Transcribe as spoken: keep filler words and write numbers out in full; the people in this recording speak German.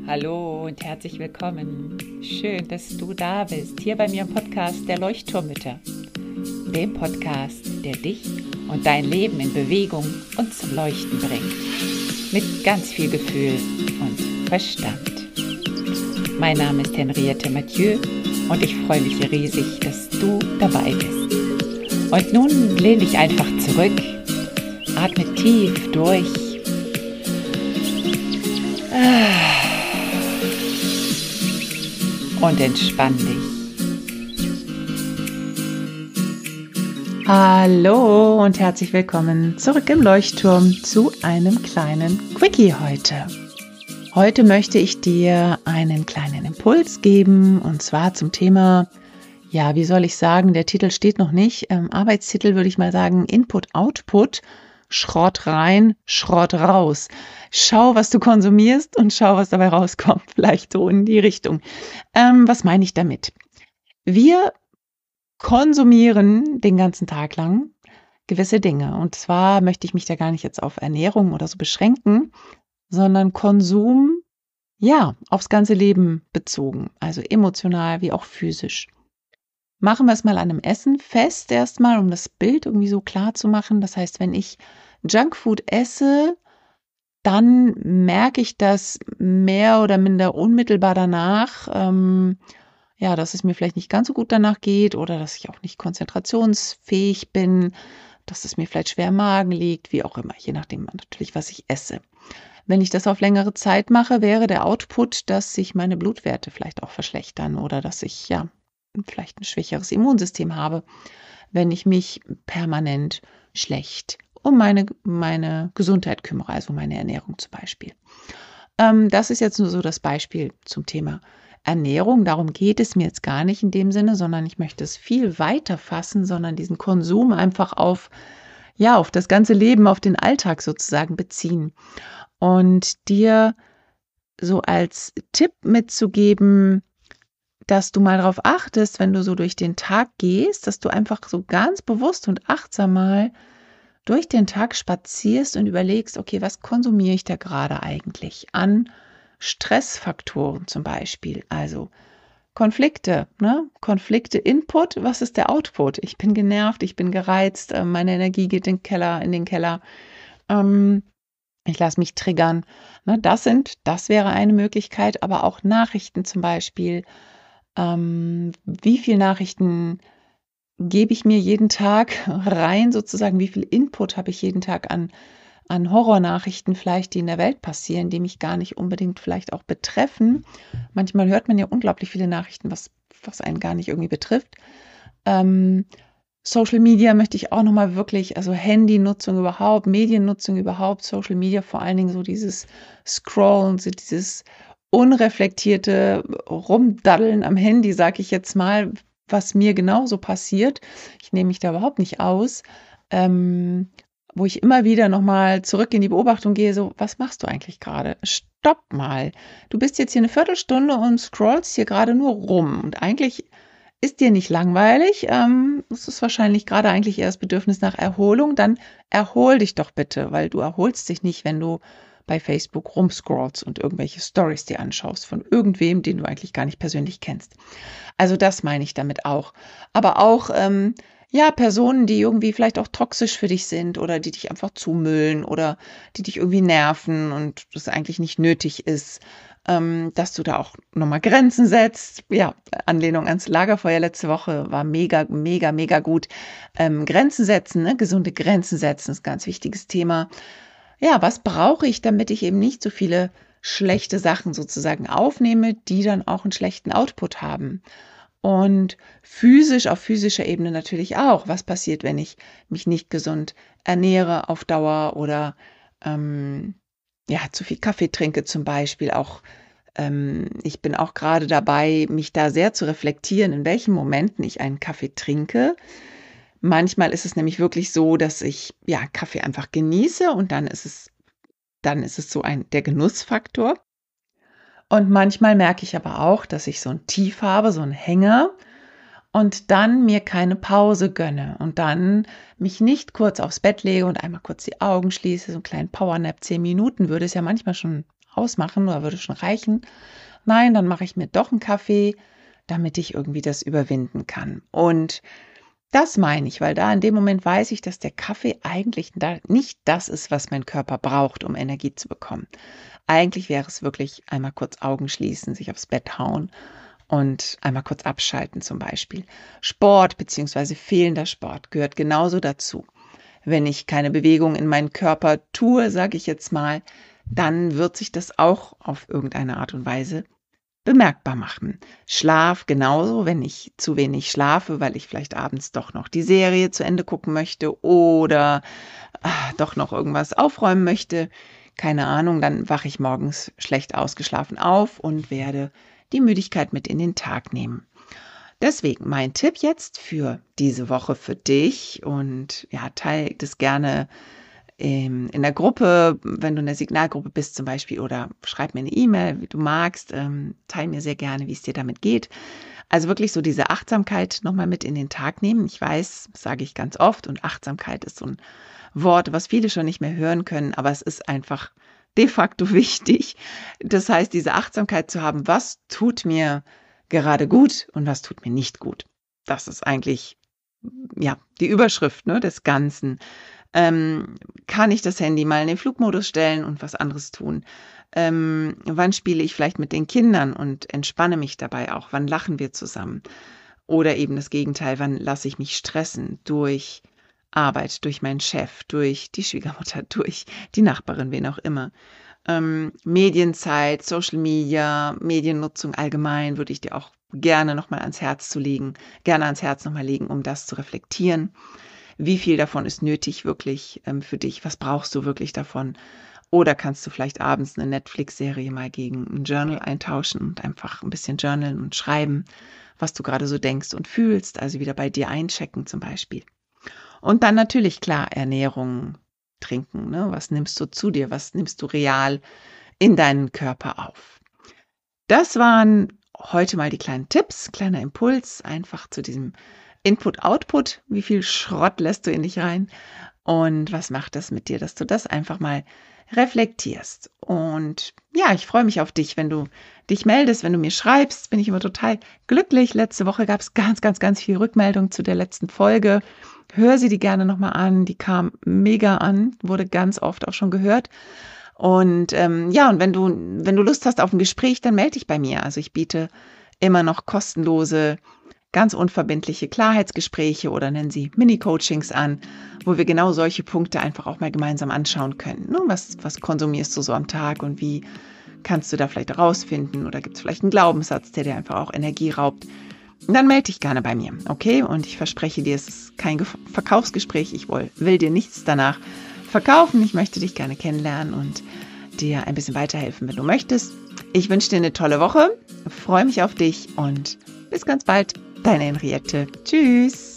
Hallo und herzlich willkommen. Schön, dass du da bist, hier bei mir im Podcast der Leuchtturmmütter. Dem Podcast, der dich und dein Leben in Bewegung und zum Leuchten bringt. Mit ganz viel Gefühl und Verstand. Mein Name ist Henriette Mathieu und ich freue mich riesig, dass du dabei bist. Und nun lehn dich einfach zurück, atme tief durch. Und entspann dich. Hallo und herzlich willkommen zurück im Leuchtturm zu einem kleinen Quickie heute. Heute möchte ich dir einen kleinen Impuls geben und zwar zum Thema, ja, wie soll ich sagen, der Titel steht noch nicht, ähm, Arbeitstitel würde ich mal sagen, Input, Output, Schrott rein, Schrott raus. Schau, was du konsumierst und schau, was dabei rauskommt. Vielleicht so in die Richtung. Ähm, was meine ich damit? Wir konsumieren den ganzen Tag lang gewisse Dinge. Und zwar möchte ich mich da gar nicht jetzt auf Ernährung oder so beschränken, sondern Konsum, ja, aufs ganze Leben bezogen. Also emotional wie auch physisch. Machen wir es mal an einem Essen fest erstmal, um das Bild irgendwie so klar zu machen. Das heißt, wenn ich Junkfood esse, dann merke ich das mehr oder minder unmittelbar danach, ähm, ja, dass es mir vielleicht nicht ganz so gut danach geht oder dass ich auch nicht konzentrationsfähig bin, dass es mir vielleicht schwer im Magen liegt, wie auch immer, je nachdem natürlich, was ich esse. Wenn ich das auf längere Zeit mache, wäre der Output, dass sich meine Blutwerte vielleicht auch verschlechtern oder dass ich, ja, vielleicht ein schwächeres Immunsystem habe, wenn ich mich permanent schlecht um meine, meine Gesundheit kümmere, also meine Ernährung zum Beispiel. Ähm, das ist jetzt nur so das Beispiel zum Thema Ernährung. Darum geht es mir jetzt gar nicht in dem Sinne, sondern ich möchte es viel weiter fassen, sondern diesen Konsum einfach auf, ja, auf das ganze Leben, auf den Alltag sozusagen beziehen. Und dir so als Tipp mitzugeben, dass du mal darauf achtest, wenn du so durch den Tag gehst, dass du einfach so ganz bewusst und achtsam mal durch den Tag spazierst und überlegst, okay, was konsumiere ich da gerade eigentlich an Stressfaktoren zum Beispiel, also Konflikte, ne? Konflikte Input, was ist der Output? Ich bin genervt, ich bin gereizt, meine Energie geht in den Keller, in den Keller. Ähm, ich lasse mich triggern. Ne? Das sind, das wäre eine Möglichkeit, aber auch Nachrichten zum Beispiel. Ähm, wie viele Nachrichten gebe ich mir jeden Tag rein, sozusagen, wie viel Input habe ich jeden Tag an, an Horrornachrichten vielleicht, die in der Welt passieren, die mich gar nicht unbedingt vielleicht auch betreffen. Manchmal hört man ja unglaublich viele Nachrichten, was, was einen gar nicht irgendwie betrifft. Ähm, Social Media möchte ich auch nochmal wirklich, also Handynutzung überhaupt, Mediennutzung überhaupt, Social Media vor allen Dingen so dieses Scrollen, so dieses unreflektierte Rumdaddeln am Handy, sage ich jetzt mal, was mir genauso passiert. Ich nehme mich da überhaupt nicht aus, ähm, wo ich immer wieder nochmal zurück in die Beobachtung gehe, so, was machst du eigentlich gerade? Stopp mal. Du bist jetzt hier eine Viertelstunde und scrollst hier gerade nur rum und eigentlich ist dir nicht langweilig. Ähm, es ist wahrscheinlich gerade eigentlich eher das Bedürfnis nach Erholung. Dann erhol dich doch bitte, weil du erholst dich nicht, wenn du bei Facebook rumscrollst und irgendwelche Stories dir anschaust von irgendwem, den du eigentlich gar nicht persönlich kennst. Also das meine ich damit auch. Aber auch, ähm, ja, Personen, die irgendwie vielleicht auch toxisch für dich sind oder die dich einfach zumüllen oder die dich irgendwie nerven und das eigentlich nicht nötig ist, ähm, dass du da auch nochmal Grenzen setzt. Ja, Anlehnung ans Lagerfeuer letzte Woche war mega, mega, mega gut. Ähm, Grenzen setzen, ne? Gesunde Grenzen setzen ist ein ganz wichtiges Thema. Ja, was brauche ich, damit ich eben nicht so viele schlechte Sachen sozusagen aufnehme, die dann auch einen schlechten Output haben. Und physisch, auf physischer Ebene natürlich auch. Was passiert, wenn ich mich nicht gesund ernähre auf Dauer oder ähm, ja, zu viel Kaffee trinke zum Beispiel. Auch ähm, ich bin auch gerade dabei, mich da sehr zu reflektieren, in welchen Momenten ich einen Kaffee trinke. Manchmal ist es nämlich wirklich so, dass ich ja Kaffee einfach genieße und dann ist es, dann ist es so ein der Genussfaktor. Und manchmal merke ich aber auch, dass ich so ein Tief habe, so einen Hänger und dann mir keine Pause gönne und dann mich nicht kurz aufs Bett lege und einmal kurz die Augen schließe, so einen kleinen Powernap, zehn Minuten würde es ja manchmal schon ausmachen oder würde schon reichen. Nein, dann mache ich mir doch einen Kaffee, damit ich irgendwie das überwinden kann. Und das meine ich, weil da in dem Moment weiß ich, dass der Kaffee eigentlich da nicht das ist, was mein Körper braucht, um Energie zu bekommen. Eigentlich wäre es wirklich einmal kurz Augen schließen, sich aufs Bett hauen und einmal kurz abschalten zum Beispiel. Sport bzw. fehlender Sport gehört genauso dazu. Wenn ich keine Bewegung in meinen Körper tue, sage ich jetzt mal, dann wird sich das auch auf irgendeine Art und Weise bemerkbar machen. Schlaf genauso, wenn ich zu wenig schlafe, weil ich vielleicht abends doch noch die Serie zu Ende gucken möchte oder ah, doch noch irgendwas aufräumen möchte, keine Ahnung, dann wache ich morgens schlecht ausgeschlafen auf und werde die Müdigkeit mit in den Tag nehmen. Deswegen mein Tipp jetzt für diese Woche für dich und ja, teile das gerne in der Gruppe, wenn du in der Signalgruppe bist zum Beispiel, oder schreib mir eine E-Mail, wie du magst, ähm, teile mir sehr gerne, wie es dir damit geht. Also wirklich so diese Achtsamkeit nochmal mit in den Tag nehmen. Ich weiß, das sage ich ganz oft, und Achtsamkeit ist so ein Wort, was viele schon nicht mehr hören können, aber es ist einfach de facto wichtig. Das heißt, diese Achtsamkeit zu haben, was tut mir gerade gut und was tut mir nicht gut. Das ist eigentlich ja die Überschrift, ne, des Ganzen. Ähm, kann ich das Handy mal in den Flugmodus stellen und was anderes tun? Ähm, wann spiele ich vielleicht mit den Kindern und entspanne mich dabei auch? Wann lachen wir zusammen? Oder eben das Gegenteil, wann lasse ich mich stressen durch Arbeit, durch meinen Chef, durch die Schwiegermutter, durch die Nachbarin, wen auch immer? Ähm, Medienzeit, Social Media, Mediennutzung allgemein würde ich dir auch gerne nochmal ans Herz zu legen, gerne ans Herz nochmal legen, um das zu reflektieren. Wie viel davon ist nötig wirklich ähm, für dich? Was brauchst du wirklich davon? Oder kannst du vielleicht abends eine Netflix-Serie mal gegen ein Journal eintauschen und einfach ein bisschen journalen und schreiben, was du gerade so denkst und fühlst, also wieder bei dir einchecken zum Beispiel. Und dann natürlich klar Ernährung, Trinken, ne? Was nimmst du zu dir? Was nimmst du real in deinen Körper auf? Das waren heute mal die kleinen Tipps, kleiner Impuls, einfach zu diesem Input-Output, wie viel Schrott lässt du in dich rein und was macht das mit dir, dass du das einfach mal reflektierst. Und ja, ich freue mich auf dich, wenn du dich meldest, wenn du mir schreibst, bin ich immer total glücklich. Letzte Woche gab es ganz, ganz, ganz viel Rückmeldung zu der letzten Folge. Hör sie die gerne nochmal an, die kam mega an, wurde ganz oft auch schon gehört. Und ähm, ja, und wenn du, wenn du Lust hast auf ein Gespräch, dann melde dich bei mir. Also ich biete immer noch kostenlose, ganz unverbindliche Klarheitsgespräche oder nennen sie Mini-Coachings an, wo wir genau solche Punkte einfach auch mal gemeinsam anschauen können. Ne? Was, was konsumierst du so am Tag und wie kannst du da vielleicht herausfinden? Oder gibt es vielleicht einen Glaubenssatz, der dir einfach auch Energie raubt? Dann melde dich gerne bei mir, okay? Und ich verspreche dir, es ist kein Ge- Verkaufsgespräch. Ich will, will dir nichts danach verkaufen. Ich möchte dich gerne kennenlernen und dir ein bisschen weiterhelfen, wenn du möchtest. Ich wünsche dir eine tolle Woche, freue mich auf dich und bis ganz bald. Deine Henriette. Tschüss.